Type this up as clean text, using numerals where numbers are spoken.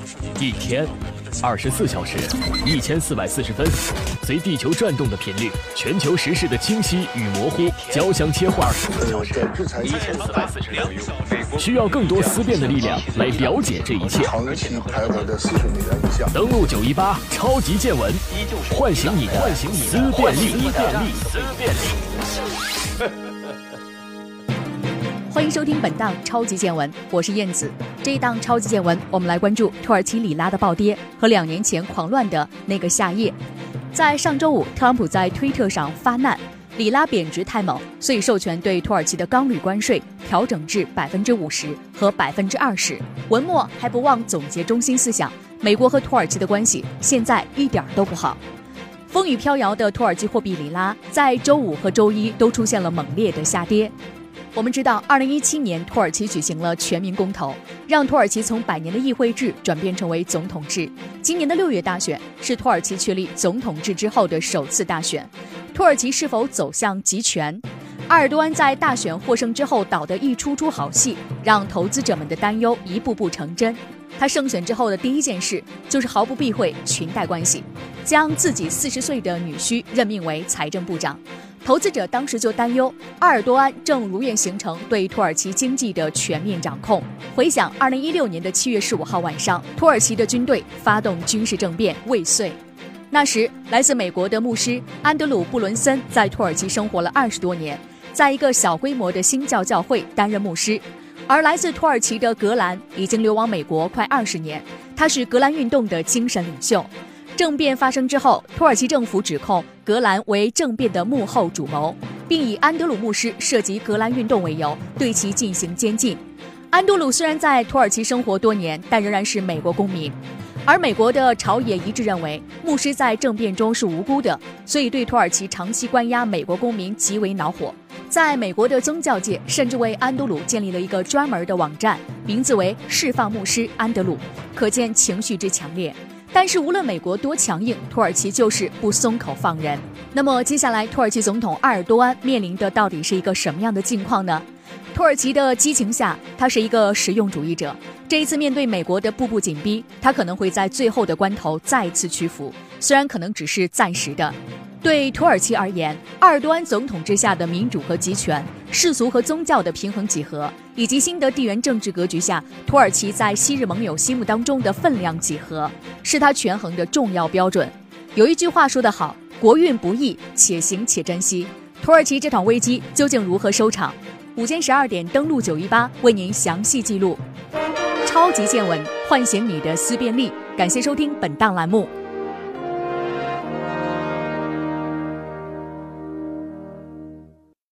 一天24小时1440分，随地球转动的频率，全球时事的清晰与模糊交相切换。需要更多思辨的力量来了解这一切。登录918超级见闻，唤醒你的思辨力。 欢迎收听本档超级见闻，我是燕子。这一档超级见闻，我们来关注土耳其里拉的暴跌和2年前狂乱的那个夏夜。在上周五，特朗普在推特上发难，里拉贬值太猛，所以授权对土耳其的钢铝关税调整至50%和20%。文末还不忘总结中心思想：美国和土耳其的关系现在一点都不好。风雨飘摇的土耳其货币里拉在周五和周一都出现了猛烈的下跌。我们知道2017年土耳其举行了全民公投，让土耳其从100年的议会制转变成为总统制。今年的6月大选是土耳其确立总统制之后的首次大选，土耳其是否走向集权？埃尔多安在大选获胜之后导得一出好戏，让投资者们的担忧一步步成真。他胜选之后的第一件事就是毫不避讳裙带关系，将自己40岁的女婿任命为财政部长。投资者当时就担忧，埃尔多安正如愿形成对土耳其经济的全面掌控。回想2016年的7月15号晚上，土耳其的军队发动军事政变未遂。那时，来自美国的牧师安德鲁·布伦森在土耳其生活了20多年，在一个小规模的新教教会担任牧师。而来自土耳其的格兰已经流亡美国快20年，他是格兰运动的精神领袖。政变发生之后，土耳其政府指控格兰为政变的幕后主谋，并以安德鲁牧师涉及格兰运动为由对其进行监禁。安德鲁虽然在土耳其生活多年，但仍然是美国公民。而美国的朝野一致认为牧师在政变中是无辜的，所以对土耳其长期关押美国公民极为恼火。在美国的宗教界甚至为安德鲁建立了一个专门的网站，名字为释放牧师安德鲁，可见情绪之强烈。但是无论美国多强硬，土耳其就是不松口放人。那么接下来土耳其总统埃尔多安面临的到底是一个什么样的境况呢？土耳其的激情下，他是一个实用主义者。这一次面对美国的步步紧逼，他可能会在最后的关头再次屈服，虽然可能只是暂时的。对土耳其而言，埃尔多安总统之下的民主和集权、世俗和宗教的平衡几何，以及新的地缘政治格局下土耳其在昔日盟友心目当中的分量几何，是他权衡的重要标准。有一句话说得好，国运不易，且行且珍惜。土耳其这场危机究竟如何收场？午间12点登录918为您详细记录。超级见闻，唤醒你的思辨力。感谢收听本档栏目。